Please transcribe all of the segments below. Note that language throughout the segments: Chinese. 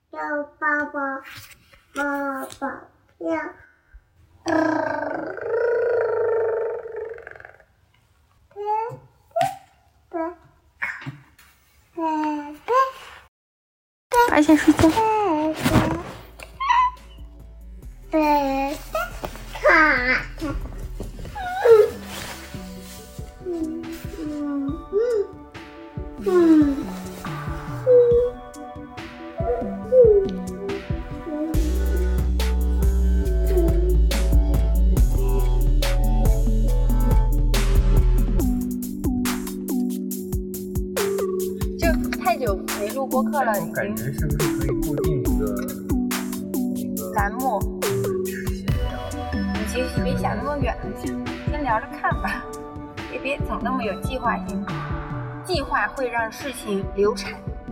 要爸爸，爸爸要。 快先睡觉。太久没录播客了， 我感觉是不是可以固定一个栏目？ 闲聊。 你其实别想那么远了，先聊着看吧，也别总那么有计划性。计划会让事情流产。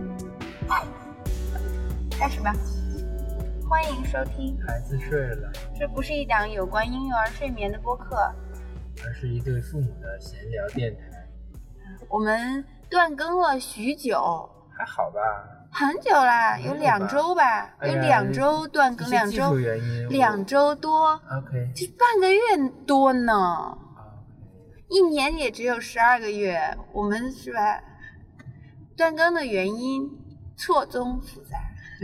开始吧，欢迎收听。 孩子睡了， 这不是一档有关婴幼儿睡眠的播客， 而是一对父母的闲聊电台。 我们断更了许久。 还好吧， 很久啦，有2周吧，有2周断更，2周， 技术原因 2周多 ，OK， 就半个月多呢，一年也只有12个月，我们是吧？断更的原因错综复杂。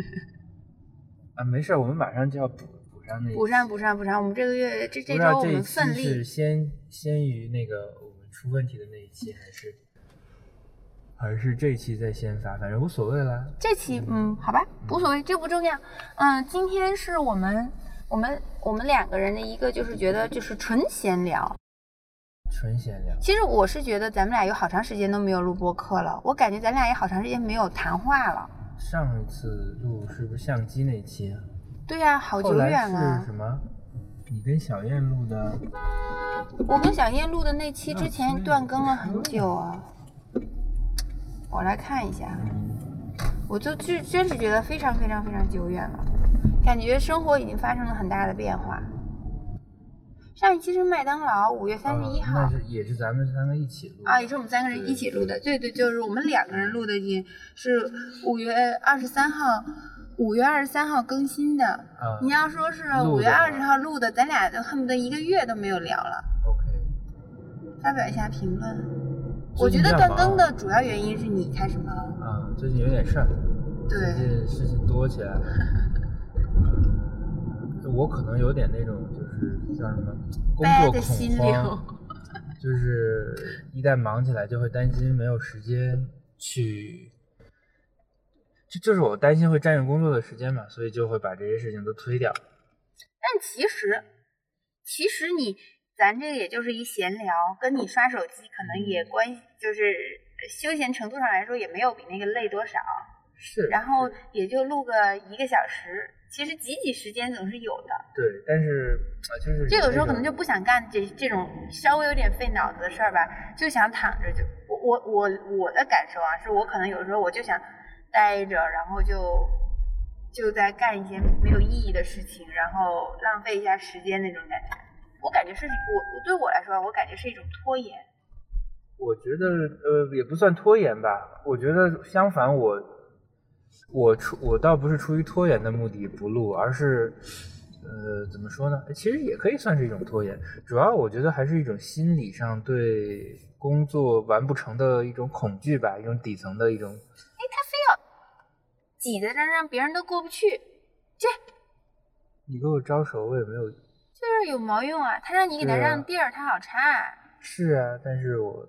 没事，我们马上就要补上那补上，我们这个月这周我们奋力。 是先于那个我们出问题的那一期，还是这一期再先发，反正无所谓了。 这期好吧，无所谓，这不重要。今天是我们2个人的一个就是觉得就是纯闲聊。其实我是觉得咱们俩有好长时间都没有录播客了，我感觉咱俩也好长时间没有谈话了。 上一次录是不是相机那期啊？ 对呀，好久远了。 后来是什么？你跟小燕录的？ 我跟小燕录的那期之前断更了很久啊。我来看一下，我就真是觉得非常非常非常久远了，感觉生活已经发生了很大的变化。上一期是麦当劳，5月31号， 那也是咱们3个一起录啊，也是我们3个人一起录的，对，就是我们2个人录的，也是5月23号更新的。你要说是5月20号录的，咱俩都恨不得1个月都没有聊了。 OK， 发表一下评论。我觉得断更的主要原因是你开始忙最近有点事儿， 对， 最近事情多起来了。我可能有点那种就是叫什么工作恐慌，就是一旦忙起来就会担心没有时间去，就是我担心会占用工作的时间嘛，所以就会把这些事情都推掉。 但其实咱这个也就是一闲聊，跟你刷手机可能也就是休闲程度上来说也没有比那个累多少。 是。然后也就录个1个小时，其实挤时间总是有的。 对，但是就是这有时候可能就不想干这种稍微有点费脑子的事儿吧，就想躺着。就我的感受啊，是我可能有时候我就想待着，然后就在干一些没有意义的事情，然后浪费一下时间那种感觉。我感觉是对我来说，我感觉是一种拖延。 我觉得也不算拖延吧，我觉得相反，我倒不是出于拖延的目的不录，而是怎么说呢？其实也可以算是一种拖延，主要我觉得还是一种心理上对工作完不成的一种恐惧吧，一种底层的一种。 他非要挤在这让别人都过不去， 你给我招手，我也没有。 就是有毛用啊！他让你给他让地儿，他好差。 是啊，但是我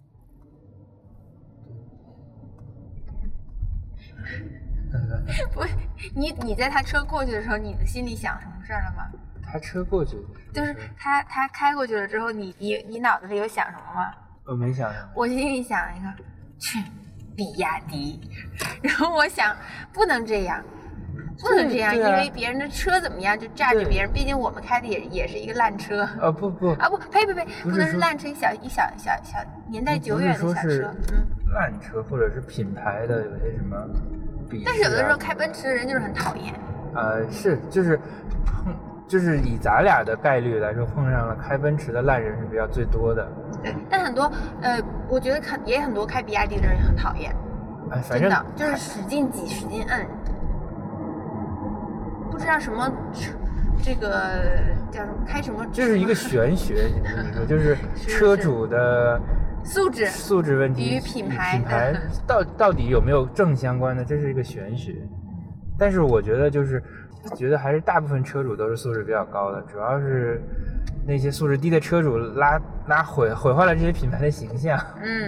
不是你在他车过去的时候，你的心里想什么事儿了吗？ 他车过去就是他开过去了之后，你脑子里有想什么吗？ 我没想什么。 我心里想一个，去比亚迪，然后我想不能这样。不能这样，因为别人的车怎么样就炸着别人，毕竟我们开的也是一个烂车。 不， 呸，不能是烂车，一小年代久远的小车。 烂车或者是品牌的有些什么比， 但是有的时候开奔驰的人就是很讨厌。 是就是以咱俩的概率来说，碰上了开奔驰的烂人是比较最多的。 对，但很多我觉得也很多开比亚迪的人很讨厌。 反正真的就是使劲挤使劲摁。 知道什么这个叫什么开什么， 这是一个玄学，你跟你说，就是车主的素质问题与品牌到底有没有正相关的，这是一个玄学。但是我觉得觉得还是大部分车主都是素质比较高的，主要是那些素质低的车主毁坏了这些品牌的形象。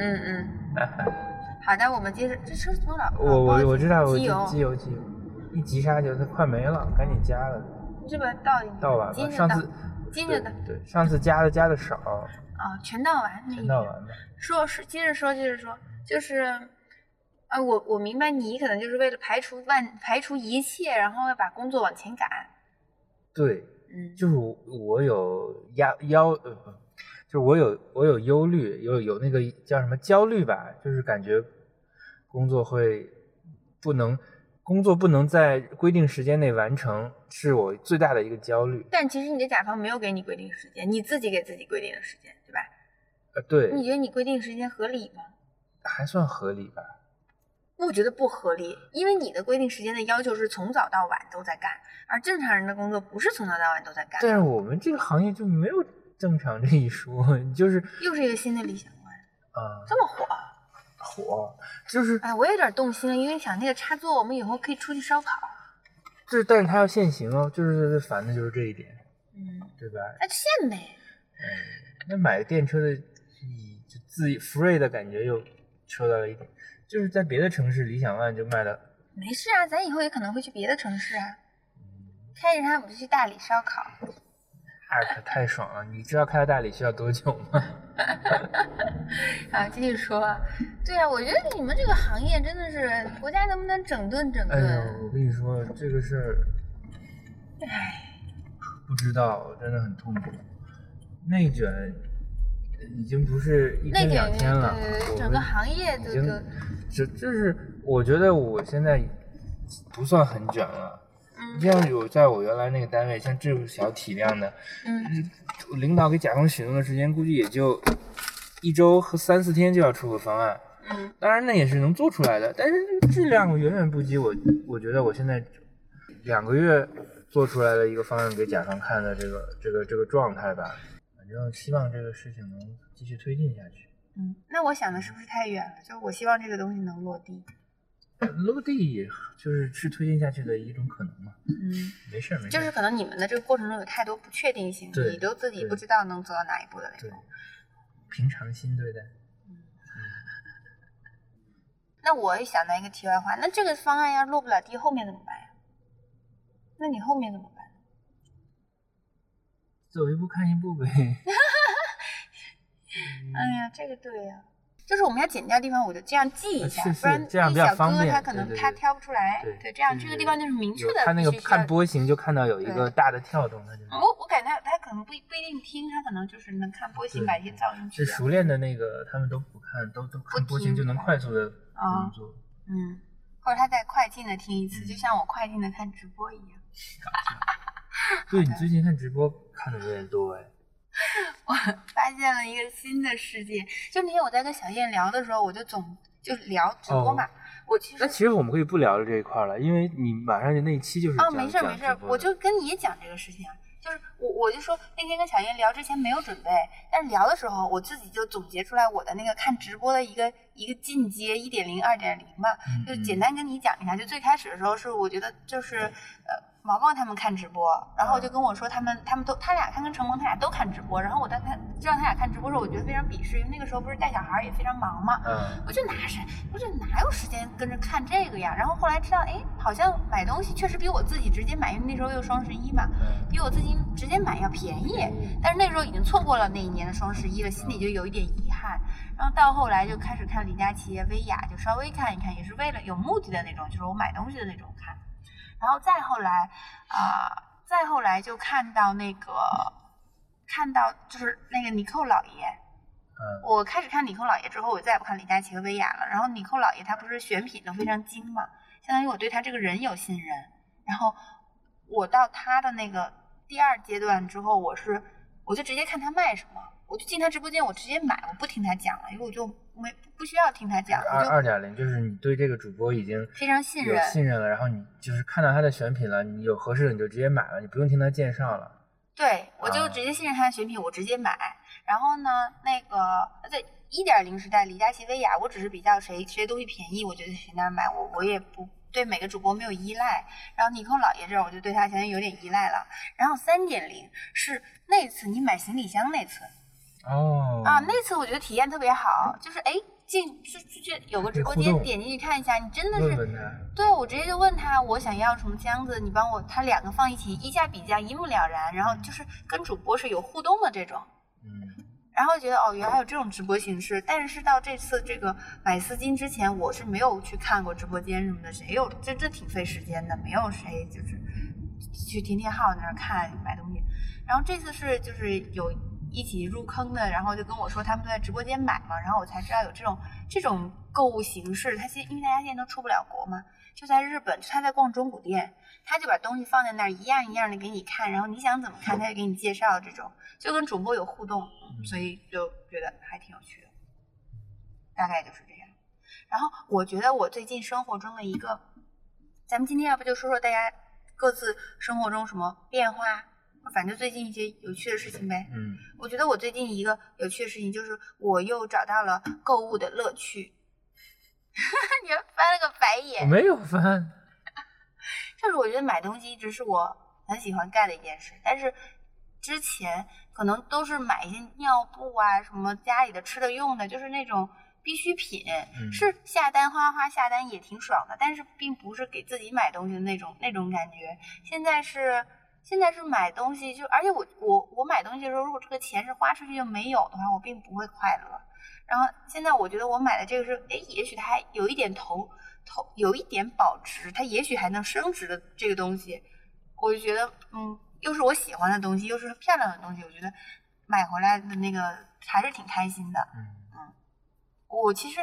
好的，我们接着，这车多少？ 我知道， 机油， 一急刹就它快没了，赶紧加了。 这边倒完了，上次接着的， 对，上次加的少。 全倒完的。 接着说，就是我明白你可能就是为了排除一切，然后把工作往前赶。 对，就是我有就是我有忧虑，有那个叫什么焦虑吧，就是感觉工作不能在规定时间内完成，是我最大的一个焦虑。 但其实你的甲方没有给你规定时间，你自己给自己规定的时间，对吧？ 对。 你觉得你规定时间合理吗？ 还算合理吧。 我觉得不合理，因为你的规定时间的要求是从早到晚都在干，而正常人的工作不是从早到晚都在干。 但是我们这个行业就没有正常这一说，就是又是一个新的理想观这么火就是我有点动心了，因为想那个插座我们以后可以出去烧烤， 但是它要限行哦，就是烦的就是这一点，对吧？ 那就限呗。 那买电车的就自己 free 的感觉又受到了一点，就是在别的城市理想 ONE 就卖的没事啊，咱以后也可能会去别的城市啊，开着它我们就去大理烧烤。 可太爽了！你知道开到大理需要多久吗？ 继续说。对啊，我觉得你们这个行业真的是国家能不能整顿？ 哎呦，我跟你说这个事儿，不知道，真的很痛苦。内卷已经不是一天两天了， 整个行业已经就是我觉得我现在不算很卷了。这样有在我原来那个单位，像这种小体量的，领导给甲方许诺的时间估计也就1周和3、4天就要出个方案。当然那也是能做出来的，但是质量远远不及我觉得我现在2个月做出来的一个方案给甲方看的这个状态吧。反正希望这个事情能继续推进下去。 那我想的是不是太远了？就我希望这个东西能落地。 落地也是推进下去的一种可能嘛。没事。 就是可能你们的这个过程中有太多不确定性，你都自己不知道能走到哪一步的那种。 平常心对待。 那我也想到一个题外话，那这个方案要落不了地，后面怎么办呀？那你后面怎么办？ 走一步看一步呗。 这个对呀。就是我们要剪掉的地方，我就这样记一下，不然这样比较方便。 他可能他挑不出来。对，这样这个地方就是明确的。 他那个看波形就看到有一个大的跳动，他就。 我感觉他可能不一定听，他可能就是能看波形把一些噪音去掉。 是熟练的那个，他们都不看，都看波形就能快速的工作。 或者他再快进的听一次，就像我快进的看直播一样。 对，你最近看直播看的有点多哎。 我发现了一个新的世界，就那天我在跟小燕聊的时候，我就聊直播嘛。 其实我们可以不聊这一块了，因为你马上就那一期就是没事，我就跟你讲这个事情啊。就是我就说那天跟小燕聊之前没有准备，但是聊的时候我自己就总结出来我的那个看直播的一个进阶1.0、2.0嘛，就简单跟你讲一下。就最开始的时候是我觉得就是毛毛他们看直播，然后就跟我说他俩跟程萌他俩都看直播，然后我让他俩看直播的时候，我觉得非常鄙视，因为那个时候不是带小孩也非常忙嘛，我就哪有时间跟着看这个呀？然后后来知道，好像买东西确实比我自己直接买，因为那时候又双11嘛，比我自己直接买要便宜，但是那时候已经错过了那一年的双11了，心里就有一点遗憾。然后到后来就开始看李佳琦、薇娅，就稍微看一看，也是为了有目的的那种，就是我买东西的那种看。然后再后来就看到就是那个尼寇老爷，我开始看尼寇老爷之后，我再也不看李佳琦和薇娅了。然后尼寇老爷他不是选品都非常精嘛，相当于我对他这个人有信任。然后我到他的那个第2阶段之后，我就直接看他卖什么，我就进他直播间，我直接买，我不听他讲了，因为我就不需要听他讲，我就 2.0就是你对这个主播已经非常信任了，然后你就是看到他的选品了，你有合适的你就直接买了，你不用听他介绍了。 对，我就直接信任他的选品，我直接买。然后呢，那个在1.0时代，李佳琦、薇娅，我只是比较谁东西便宜，我觉得谁那儿买，我也不对每个主播没有依赖。然后尼康老爷这儿，我就对他现在有点依赖了。然后3.0是那次你买行李箱那次。那次我觉得体验特别好，就是有个直播间，点进去看一下，你真的是问他， 对，我直接就问他我想要什么箱子，你帮我，他2个放一起，一价比价，一目了然，然后就是跟主播是有互动的这种。然后觉得原来有这种直播形式，但是到这次这个买丝巾之前，我是没有去看过直播间什么的，谁有这挺费时间的，没有谁就是去天天号那儿看买东西。然后这次是就是有一起入坑的，然后就跟我说他们都在直播间买嘛，然后我才知道有这种购物形式。因为大家现在都出不了国嘛，就在日本，他在逛中古店，他就把东西放在那儿一样一样的给你看，然后你想怎么看他就给你介绍，这种就跟主播有互动，所以就觉得还挺有趣的，大概就是这样。然后我觉得我最近生活中的一个，咱们今天要不就说说大家各自生活中什么变化，反正最近一些有趣的事情呗。我觉得我最近一个有趣的事情就是我又找到了购物的乐趣。你翻了个白眼。 我没有翻。 就是我觉得买东西一直是我很喜欢干的一件事，但是之前可能都是买一些尿布啊，什么家里的吃的用的，就是那种必需品，是下单哗下单也挺爽的，但是并不是给自己买东西的那种感觉。现在是买东西，就而且我买东西的时候，如果这个钱是花出去就没有的话，我并不会快乐。然后现在我觉得我买的这个是，也许它还有一点有一点保值，它也许还能升值的这个东西，我就觉得又是我喜欢的东西，又是漂亮的东西，我觉得买回来的那个还是挺开心的。我其实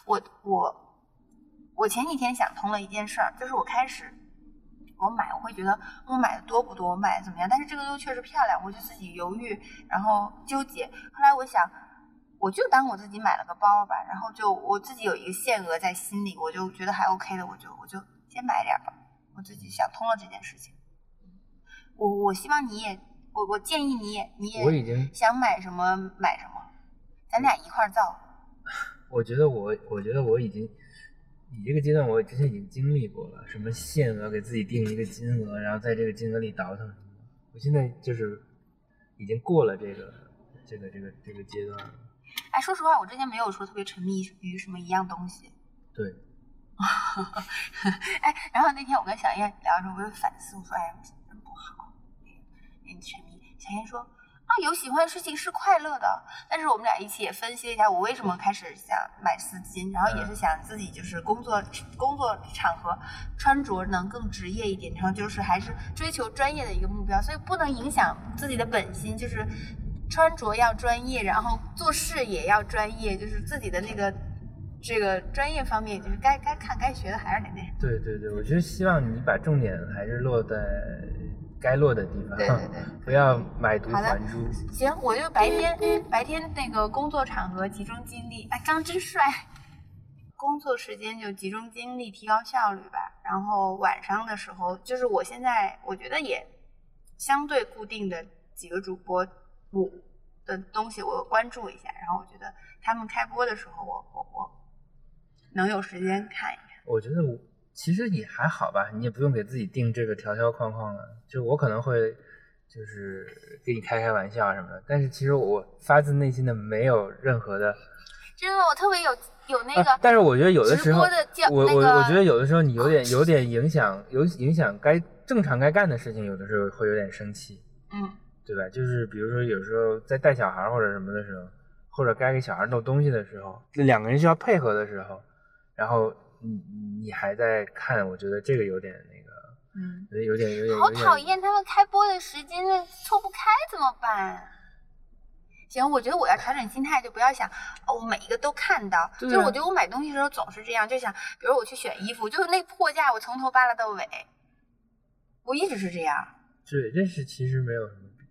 我前几天想通了一件事儿，就是我会觉得我买的多不多，我买的怎么样，但是这个都确实漂亮，我就自己犹豫，然后纠结。后来我想，我就当我自己买了个包吧，然后就我自己有一个限额在心里，我就觉得还 OK 的，我就先买点吧。我自己想通了这件事情。我希望你也，我建议你也我已经想买什么买什么，咱俩一块造。 我觉得我已经，你这个阶段我之前已经经历过了，什么限额给自己定一个金额，然后在这个金额里倒腾什么。我现在就是已经过了这个阶段了。 说实话，我之前没有说特别沉迷于什么一样东西。 对。 然后那天我跟小燕聊的时候，我就反思，我说真不好，沉迷。小燕说有喜欢的事情是快乐的，但是我们俩一起也分析了一下我为什么开始想买丝巾，然后也是想自己就是工作场合穿着能更职业一点，然后就是还是追求专业的一个目标，所以不能影响自己的本心，就是穿着要专业，然后做事也要专业，就是自己的这个专业方面，就是该看该学的还是得那样。 对，我觉得希望你把重点还是落在该落的地方， 对， 不要买椟还珠。 行，我就白天那个工作场合集中精力，刚真帅。工作时间就集中精力，提高效率吧。然后晚上的时候，就是我现在我觉得也相对固定的几个主播的东西，我关注一下。然后我觉得他们开播的时候，我能有时间看一看。 我觉得其实也还好吧，你也不用给自己定这个条条框框了。就我可能会就是跟你开玩笑什么的，但是其实我发自内心的没有任何的。 真的，我特别有那个。 但是我觉得有的时候，我觉得有的时候你有点影响该正常该干的事情，有的时候会有点生气。对吧？就是比如说有时候在带小孩或者什么的时候，或者该给小孩弄东西的时候，两个人需要配合的时候，然后你还在看，我觉得这个有点那个，有点好讨厌他们开播的时间错不开怎么办？行，我觉得我要调整心态，就不要想我每一个都看到。就是我觉得我买东西的时候总是这样，就想比如我去选衣服，就是那货架我从头扒拉到尾，我一直是这样。 对，这是其实没有什么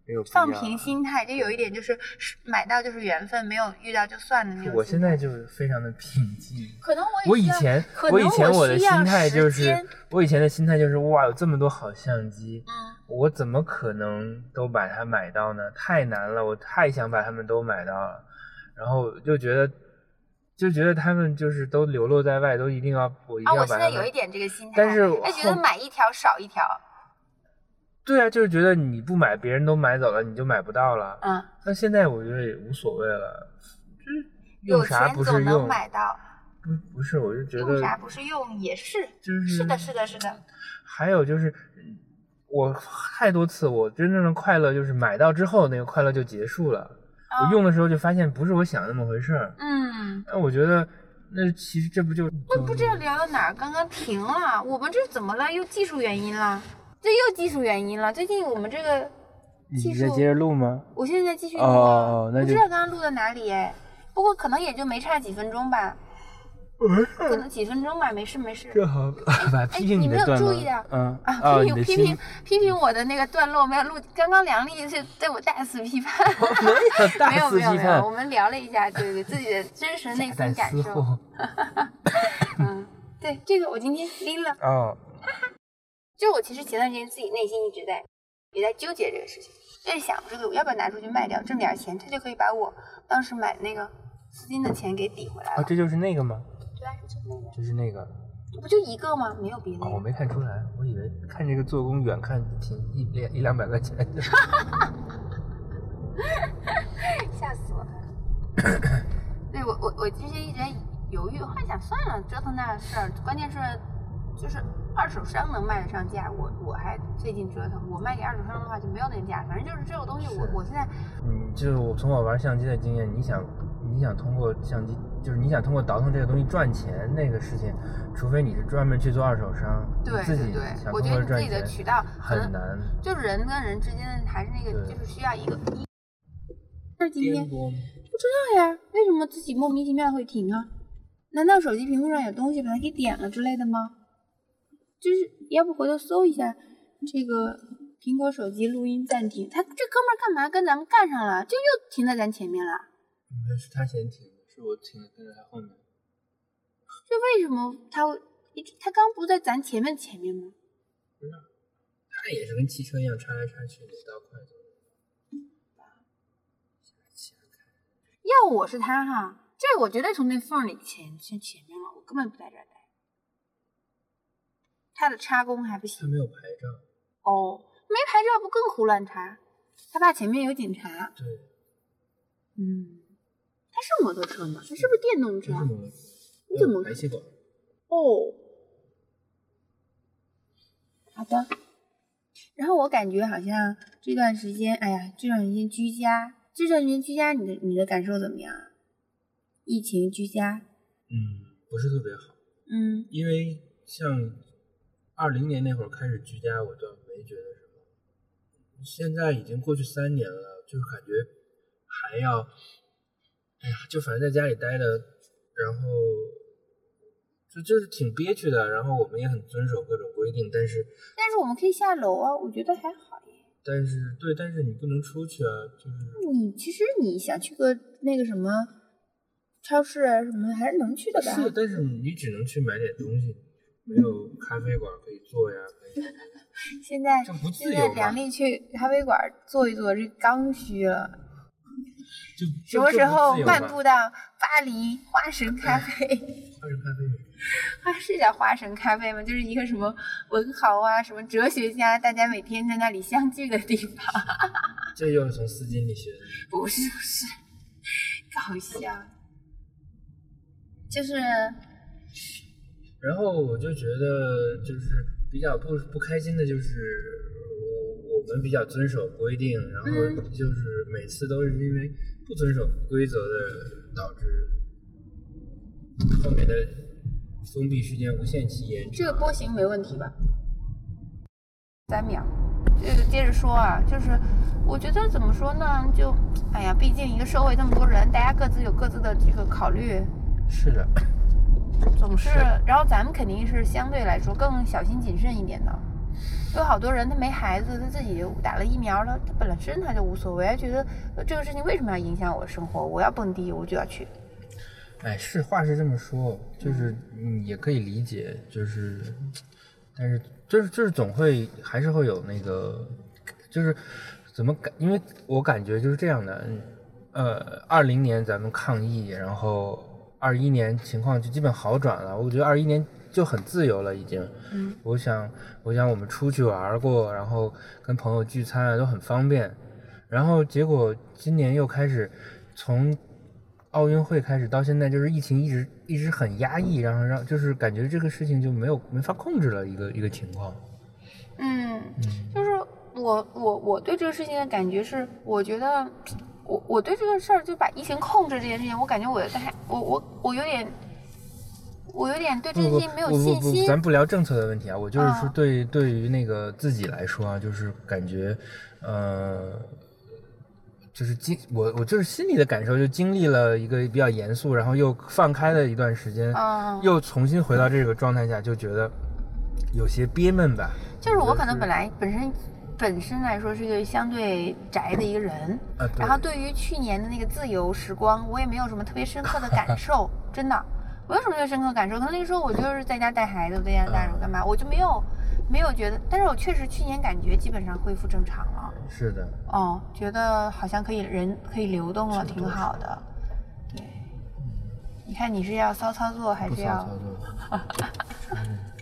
没有必要放平心态，就有一点就是买到就是缘分，没有遇到就算了那种。 我现在就是非常的平静。 可能我以前我的心态就是我以前的心态就是哇，有这么多好相机，我怎么可能都把它买到呢？太难了，我太想把它们都买到了，然后就觉得他们就是都流落在外，都一定要我一定要把它们。 我现在有一点这个心态， 但是觉得买一条少一条。 对啊，就是觉得你不买，别人都买走了，你就买不到了。那现在我觉得也无所谓了，就是用啥不是用？ 有钱总能买到。 不是，我就觉得用啥不是用也是。 是的。 还有就是，我太多次，我真正的快乐就是买到之后那个快乐就结束了。我用的时候就发现不是我想那么回事儿。那我觉得，那其实这不就不知道聊到哪儿，刚刚停了。我们这怎么了？又技术原因了？这又技术原因了。最近我们这个技术， 你在接着录吗？ 我现在在继续录。 那就不知道刚刚录到哪里哎，不过可能也就没差几分钟吧。可能几分钟吧，没事。 正好把批评你没有段落。 注意的，批评我的那个段落没有录。刚刚梁丽是对我大肆批判， 没有， 我们聊了一下，对自己的真实内心感受。对，这个我今天拎了。就我其实前段时间自己内心也在纠结这个事情，在想这个我要不要拿出去卖掉，挣点钱，他就可以把我当时买那个丝巾的钱给抵回来了。 这就是那个吗？ 对啊， 就是那个。 不就一个吗？没有别的。 我没看出来，我以为看这个做工远看挺100-200块钱的。 吓死我了。对，我之前一直在犹豫，后来想算了，折腾那事儿，关键是就是二手商能卖得上价，我还费劲折腾。我卖给二手商的话就没有那个价，反正就是这个东西我现在。 就是我从我玩相机的经验，你想通过相机，就是你想通过倒腾这个东西赚钱那个事情，除非你是专门去做二手商， 对，我觉得你自己的渠道很难。 就是人跟人之间的还是那个，就是需要一个。这是今天不知道呀，为什么自己莫名其妙会停啊？难道手机屏幕上有东西把它给点了之类的吗？就是要不回头搜一下这个苹果手机录音暂停，他这哥们儿干嘛跟咱们干上了？就又停在咱前面了。 那是他先停的，是我停的跟在他后面。 这为什么他刚不在咱前面吗？ 不是，他也是跟汽车一样插来插去的到快走。 要我是他哈，这我绝对从那缝里前面了，我根本不在这儿待。他的插工还不行。 他没有牌照。 没牌照不更胡乱插？他怕前面有警察。 对。 他是摩托车吗？他是不是电动车？ 他是摩托车。 你怎么？ 排气管。 好的。然后我感觉好像这段时间居家。这段时间居家，你的感受怎么样？疫情居家？ 不是特别好。因为像20年那会儿开始居家，我倒没觉得什么。现在已经过去3年了，就是感觉还要，就反正在家里待的，然后就是挺憋屈的。然后我们也很遵守各种规定，但是我们可以下楼啊，我觉得还好耶。 但是你不能出去啊，就是其实你想去个那个什么超市啊什么的，还是能去的吧？ 是，但是你只能去买点东西，没有咖啡馆可以坐呀。 现在就不自由嘛。 现在梁丽去咖啡馆坐一坐，这刚需了。 什么时候漫步到巴黎花神咖啡？ 花神咖啡是叫花神咖啡吗？就是一个什么文豪啊，什么哲学家，大家每天在那里相聚的地方。 这又是从丝巾里学的？ 不是，搞笑。就是， 然后我就觉得就是比较不开心的就是我们比较遵守规定，然后就是每次都是因为不遵守规则的导致后面的封闭时间无限期延长。 这个波形没问题吧？3秒。这个接着说啊，就是我觉得怎么说呢，就毕竟一个社会这么多人，大家各自有各自的这个考虑。 是的。 总是，然后咱们肯定是相对来说更小心谨慎一点的。 有好多人他没孩子，他自己打了疫苗了，他本身他就无所谓，觉得这个事情为什么要影响我的生活？我要蹦迪我就要去。 哎，话是这么说，就是也可以理解，就是但是就是总会还是会有那个，就是怎么因为我感觉就是这样的，20年咱们抗疫，然后21年情况就基本好转了，我觉得21年就很自由了已经。我想我们出去玩过，然后跟朋友聚餐啊都很方便，然后结果今年又开始从奥运会开始到现在，就是疫情一直很压抑，然后让就是感觉这个事情就没法控制了一个情况。 就是我对这个事情的感觉是，我觉得我对这个事儿就把疫情控制这件事情，我感觉我有点对这件事情没有信心。 咱不聊政策的问题啊，我就是说对于那个自己来说啊，就是感觉就是我就是心里的感受，就经历了一个比较严肃，然后又放开了一段时间，又重新回到这个状态下，就觉得有些憋闷吧。 就是我可能本身来说是一个相对宅的一个人，然后对于去年的那个自由时光，我也没有什么特别深刻的感受，真的，我有什么特别深刻的感受？可能那个时候我就是在家带孩子，我在家带着干嘛，我就没有觉得，但是我确实去年感觉基本上恢复正常了。 是的。 觉得好像人可以流动了，挺好的。对，你看你是要骚操作还是要？ 不骚操作。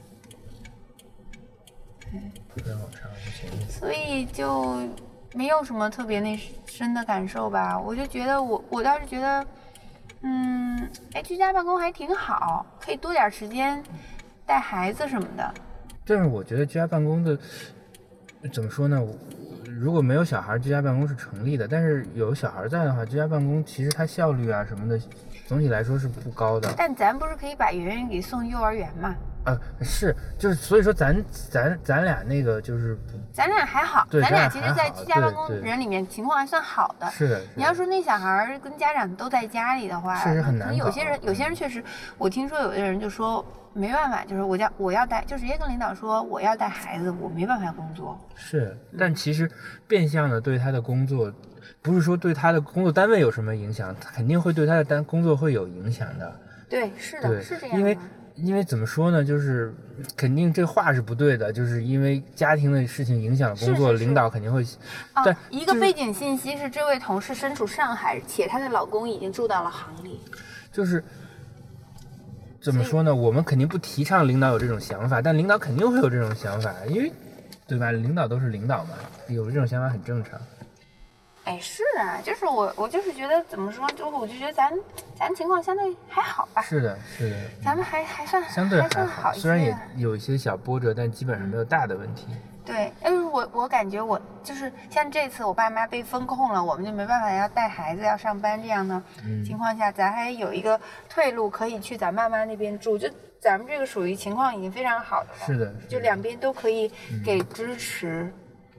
真好长， 所以就没有什么特别深的感受吧。我就觉得我倒是觉得，居家办公还挺好，可以多点时间带孩子什么的。 但是我觉得居家办公的怎么说呢？如果没有小孩，居家办公是成立的。但是有小孩在的话，居家办公其实它效率啊什么的，总体来说是不高的。 但咱不是可以把圆圆给送幼儿园吗？ 是，就是所以说咱俩那个就是咱俩还好，咱俩其实在居家办公人里面情况还算好的。 是的。 你要说那小孩跟家长都在家里的话， 确实很难搞。 有些人确实，我听说有的人就说没办法，就是我要带，就直接跟领导说我要带孩子，我没办法工作。 是，但其实变相的对他的工作，不是说对他的工作单位有什么影响，他肯定会对他的工作会有影响的。 对，是的，是这样的。 因为怎么说呢，就是肯定这话是不对的，就是因为家庭的事情影响了工作，领导肯定会。 但一个背景信息是，这位同事身处上海，且她的老公已经住到了行里。 就是怎么说呢？我们肯定不提倡领导有这种想法，但领导肯定会有这种想法，因为对吧？领导都是领导嘛，有这种想法很正常。 是啊，就是我就是觉得怎么说，我就觉得咱情况相对还好吧。 是的， 咱们还算相对还好一些， 虽然也有一些小波折，但基本上没有大的问题。 对，我感觉我就是像这次我爸妈被封控了，我们就没办法要带孩子要上班这样的情况下，咱还有一个退路可以去咱爸妈那边住，就咱们这个属于情况已经非常好的了。 是的， 就两边都可以给支持。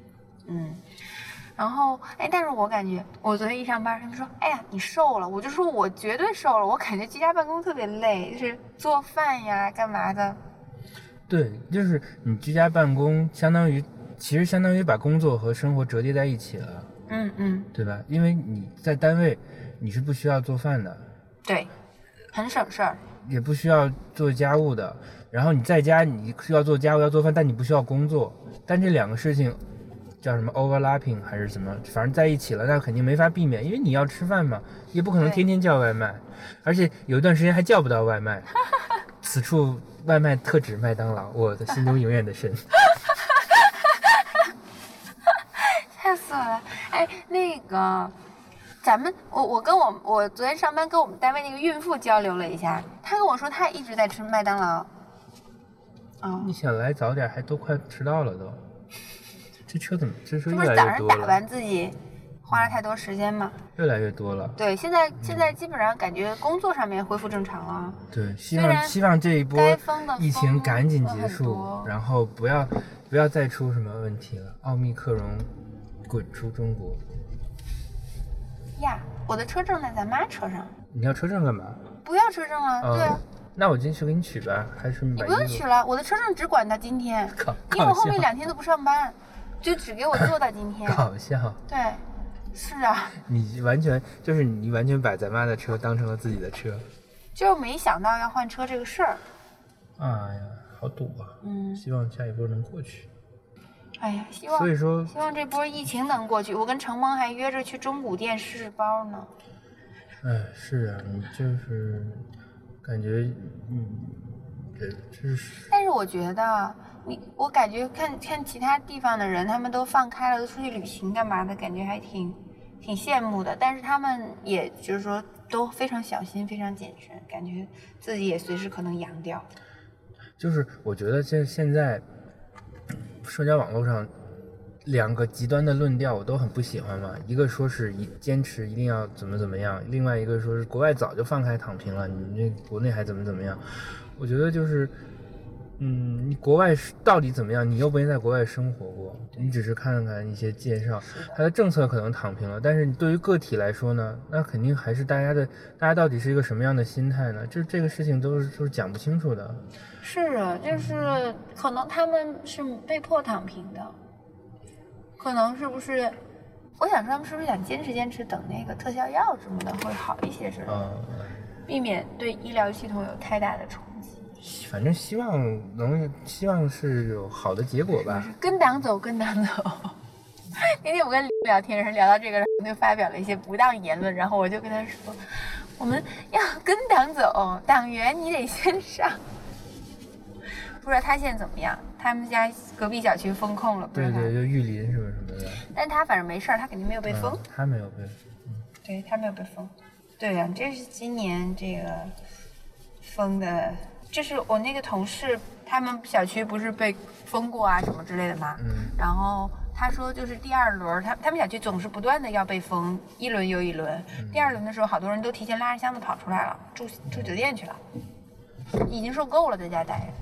然后但是我感觉我昨天一上班，他们说你瘦了，我就说我绝对瘦了，我感觉居家办公特别累，就是做饭呀干嘛的。 对，就是你居家办公其实相当于把工作和生活折叠在一起了。对吧？因为你在单位你是不需要做饭的， 对，很省事儿， 也不需要做家务的，然后你在家你需要做家务要做饭，但你不需要工作，但这两个事情叫什么 overlapping 还是什么，反正在一起了，那肯定没法避免，因为你要吃饭嘛，也不可能天天叫外卖，而且有一段时间还叫不到外卖。此处外卖特指麦当劳，我的心中永远的神。 吓死我了！那个，我昨天上班跟我们单位那个孕妇交流了一下，她跟我说她一直在吃麦当劳。 你想来早点，还都快迟到了都。这车越来越多了。 是不是早上打完自己花了太多时间吗？ 越来越多了。 对，现在基本上感觉工作上面恢复正常了。 对，希望这一波疫情赶紧结束，然后不要再出什么问题了。奥密克戎滚出中国。 呀，我的车证在咱妈车上。 你要车证干嘛？ 不要车证了，对啊。 那我今天去给你取吧，还是你不用取了，我的车证只管到今天，因为我后面2天都不上班，就只给我做到今天。 搞笑。 对，是啊。 你完全把咱妈的车当成了自己的车。 就没想到要换车这个事儿。 哎呀，好堵啊！希望下一波能过去。 哎呀，希望这波疫情能过去。我跟程萌还约着去中古店试包呢。 哎，是啊，你就是感觉，这是。 但是我觉得我感觉看其他地方的人，他们都放开了，都出去旅行干嘛的，感觉还挺羡慕的。但是他们也就是说都非常小心，非常谨慎，感觉自己也随时可能阳掉。 就是我觉得现在社交网络上2个极端的论调我都很不喜欢嘛，一个说是坚持一定要怎么样，另外一个说是国外早就放开躺平了，你这国内还怎么样。我觉得就是你国外到底怎么样，你又没在国外生活过，你只是看看一些介绍，它的政策可能躺平了，但是你对于个体来说呢，那肯定还是大家到底是一个什么样的心态呢，这个事情都是讲不清楚的。 是啊，就是可能他们是被迫躺平的，可能是不是？我想说他们是不是想坚持，等那个特效药什么的会好一些之类的，避免对医疗系统有太大的冲击。 反正希望是有好的结果吧。 跟党走。那天我跟聊天聊到这个，然后就发表了一些不当言论，然后我就跟他说，我们要跟党走，党员你得先上。不知道他现在怎么样？他们家隔壁小区封控了，不是？ 对，就玉林什么的。 但他反正没事儿，他肯定没有被封。 他没有被对，他没有被封。对呀，这是今年这个封的，这是我那个同事，他们小区不是被封过啊什么之类的吗？然后他说就是第2轮，他们小区总是不断的要被封，一轮又一轮。第2轮的时候，好多人都提前拉着箱子跑出来了，住酒店去了，已经受够了在家待着。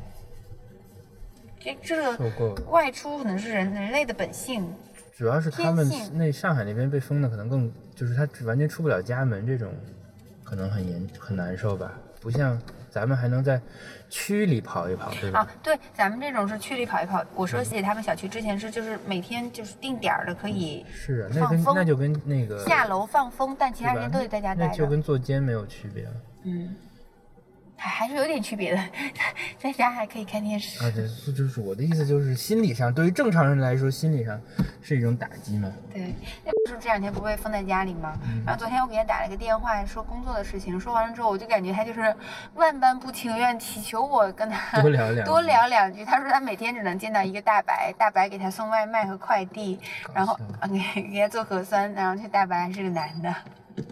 这个外出可能是人类的本性， 主要是他们上海那边被封的可能更，就是他完全出不了家门，这种可能很难受吧，不像咱们还能在区里跑一跑，对吧？ 对，咱们这种是区里跑一跑。我说姐他们小区之前是就是每天就是定点的可以是啊， 那就跟那个下楼放风，但其他人都得在家待着， 那就跟坐监没有区别了。 还是有点区别的，在家还可以看电视。 对，就是我的意思，就是心理上，对于正常人来说，心理上是一种打击嘛。 对，那不是这2天不被封在家里吗？然后昨天我给他打了个电话，说工作的事情，说完了之后，我就感觉他就是万般不情愿，祈求我跟他多聊两句。他说他每天只能见到一个大白给他送外卖和快递，然后给他做核酸，然后这大白还是个男的。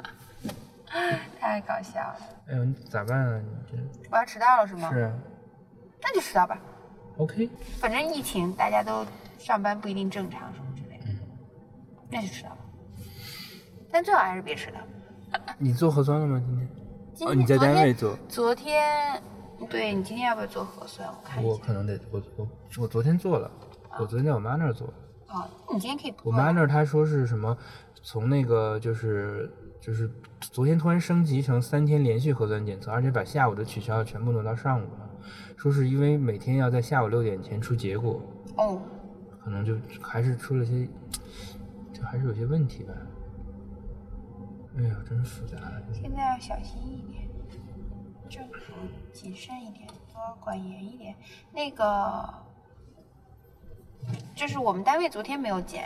太搞笑了！ 哎呦，你咋办啊？ 我要迟到了是吗？ 是啊。 那就迟到吧。 OK。 反正疫情，大家都上班不一定正常什么之类的，那就迟到吧。但最好还是别迟到。 你做核酸了吗？今天？你在单位做？ 昨天，对，你今天要不要做核酸？我看一下。 我可能得，我昨天做了，我昨天在我妈那儿做。 你今天可以。 我妈那儿她说是什么？从那个就是昨天突然升级成3天连续核酸检测，而且把下午的取消，全部挪到上午了。说是因为每天要在下午6点前出结果。可能就还是出了些，就还是有些问题吧。哎呀，真复杂。 现在要小心一点，政府谨慎一点，多管严一点。那个，就是我们单位昨天没有检。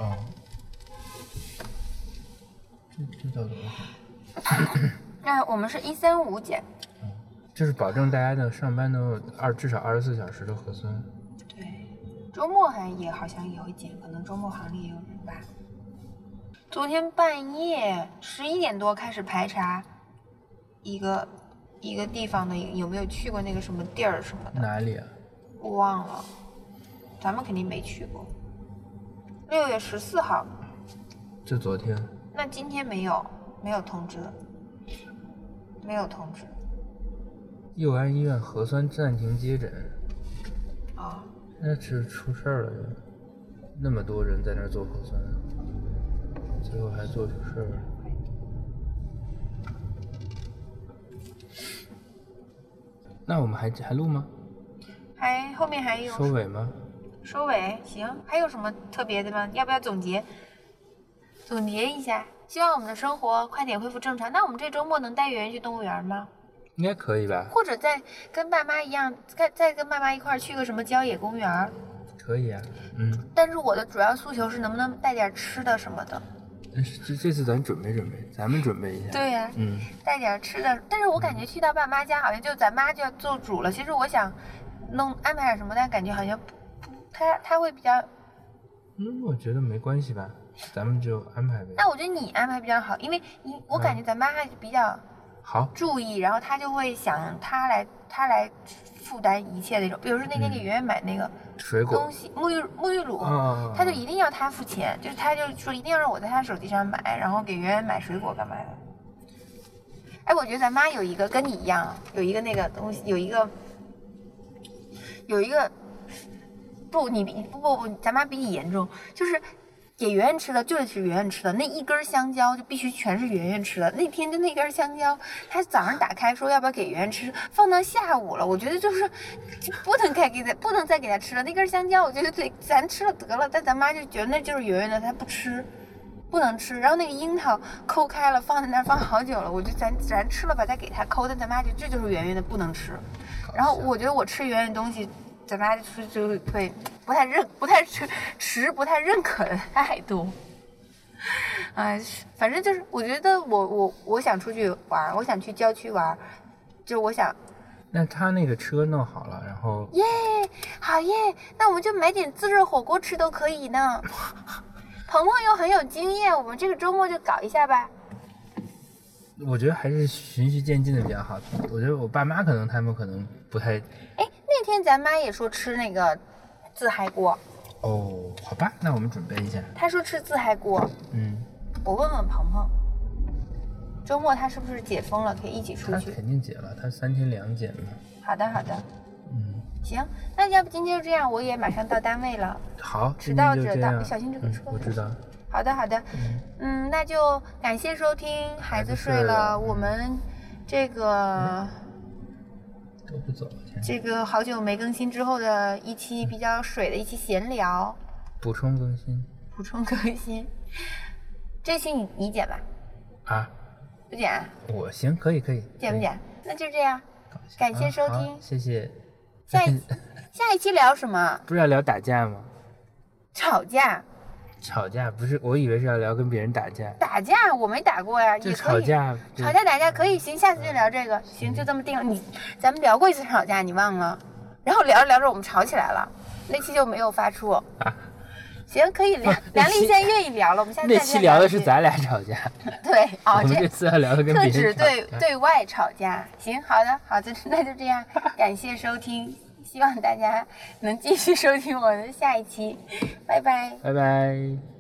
这叫怎么？ 那我们是135检。 就是保证大家的上班都有至少24小时的核酸。 对，周末也好像也会检，可能周末行里也有人吧。昨天半夜11点多开始排查一个地方的有没有去过那个什么地儿什么的。 哪里啊？ 我忘了，咱们肯定没去过。6月14号。 就昨天。 那今天没有通知，没有通知。 佑安医院核酸暂停接诊。那是出事儿了呀！那么多人在那儿做核酸，最后还做出事儿了。 那我们还录吗？ 后面还有收尾吗？ 收尾行，还有什么特别的吗？要不要总结一下？希望我们的生活快点恢复正常。那我们这周末能带圆圆去动物园吗？ 应该可以吧？ 或者再跟爸妈一样，再跟爸妈一块儿去个什么郊野公园？ 可以啊， 但是我的主要诉求是能不能带点吃的什么的。 但是这次咱们准备，一下。 对呀、带点吃的。但是我感觉去到爸妈家，好像就咱妈就要做主了。其实我想安排点什么，但感觉好像不，他会比较。 我觉得没关系吧，咱们就安排呗。 那我觉得你安排比较好，因为我感觉咱妈还比较好注意，然后她就会想她来负担一切那种。比如说那天给圆圆买那个水果东西，沐浴乳，她就一定要她付钱，就是她就说一定要让我在她手机上买，然后给圆圆买水果干嘛的。哎，我觉得咱妈有一个跟你一样，有一个那个东西，有一个不，咱妈比你严重，就是给圆圆吃的就是圆圆吃的，那一根香蕉就必须全是圆圆吃的。那天就那根香蕉，她早上打开说要不要给圆圆吃，放到下午了，我觉得就是不能再给她吃了。那根香蕉，我觉得对咱吃了得了，但咱妈就觉得那就是圆圆的，她不吃。不能吃，然后那个樱桃抠开了，放在那儿放好久了。我就咱吃了吧，再给他抠。但咱妈就这就是圆圆的，不能吃。然后我觉得我吃圆圆的东西，咱妈就会不太认可的态度。反正就是我觉得我想出去玩，我想去郊区玩，就我想。 那他那个车弄好了，然后耶，好耶，那我们就买点自热火锅吃都可以呢。鹏鹏又很有经验，我们这个周末就搞一下吧。 我觉得还是循序渐进的比较好。我觉得我爸妈他们可能不太。 哎，那天咱妈也说吃那个自嗨锅。 哦，好吧，那我们准备一下。 她说吃自嗨锅。我问问鹏鹏，周末他是不是解封了，可以一起出去？ 他肯定解了，他3天2检嘛。 好的。行，那要不今天就这样，我也马上到单位了。 好， 迟到，小心这个车。 我知道。 好的。那就感谢收听，孩子睡了，我们这个都不走了。 这个好久没更新之后的一期比较水的一期闲聊， 补充更新。 这期你剪吧？ 啊？ 不剪？ 我行，可以。 剪不剪？那就这样，感谢收听， 谢谢。 下一期聊什么？ 不是要聊打架吗？ 吵架不是，我以为是要聊跟别人打架。 打架我没打过呀， 就吵架打架可以，行，下次就聊这个，行，就这么定了。咱们聊过一次吵架，你忘了？然后聊着聊着我们吵起来了，那期就没有发出。行，可以聊。梁丽现在愿意聊了，我们下次那期聊的是咱俩吵架。 对， 我们这次要聊的跟别人特指对外吵架。行，好的，那就这样，感谢收听，希望大家能继续收听我的下一期，拜拜。 拜拜。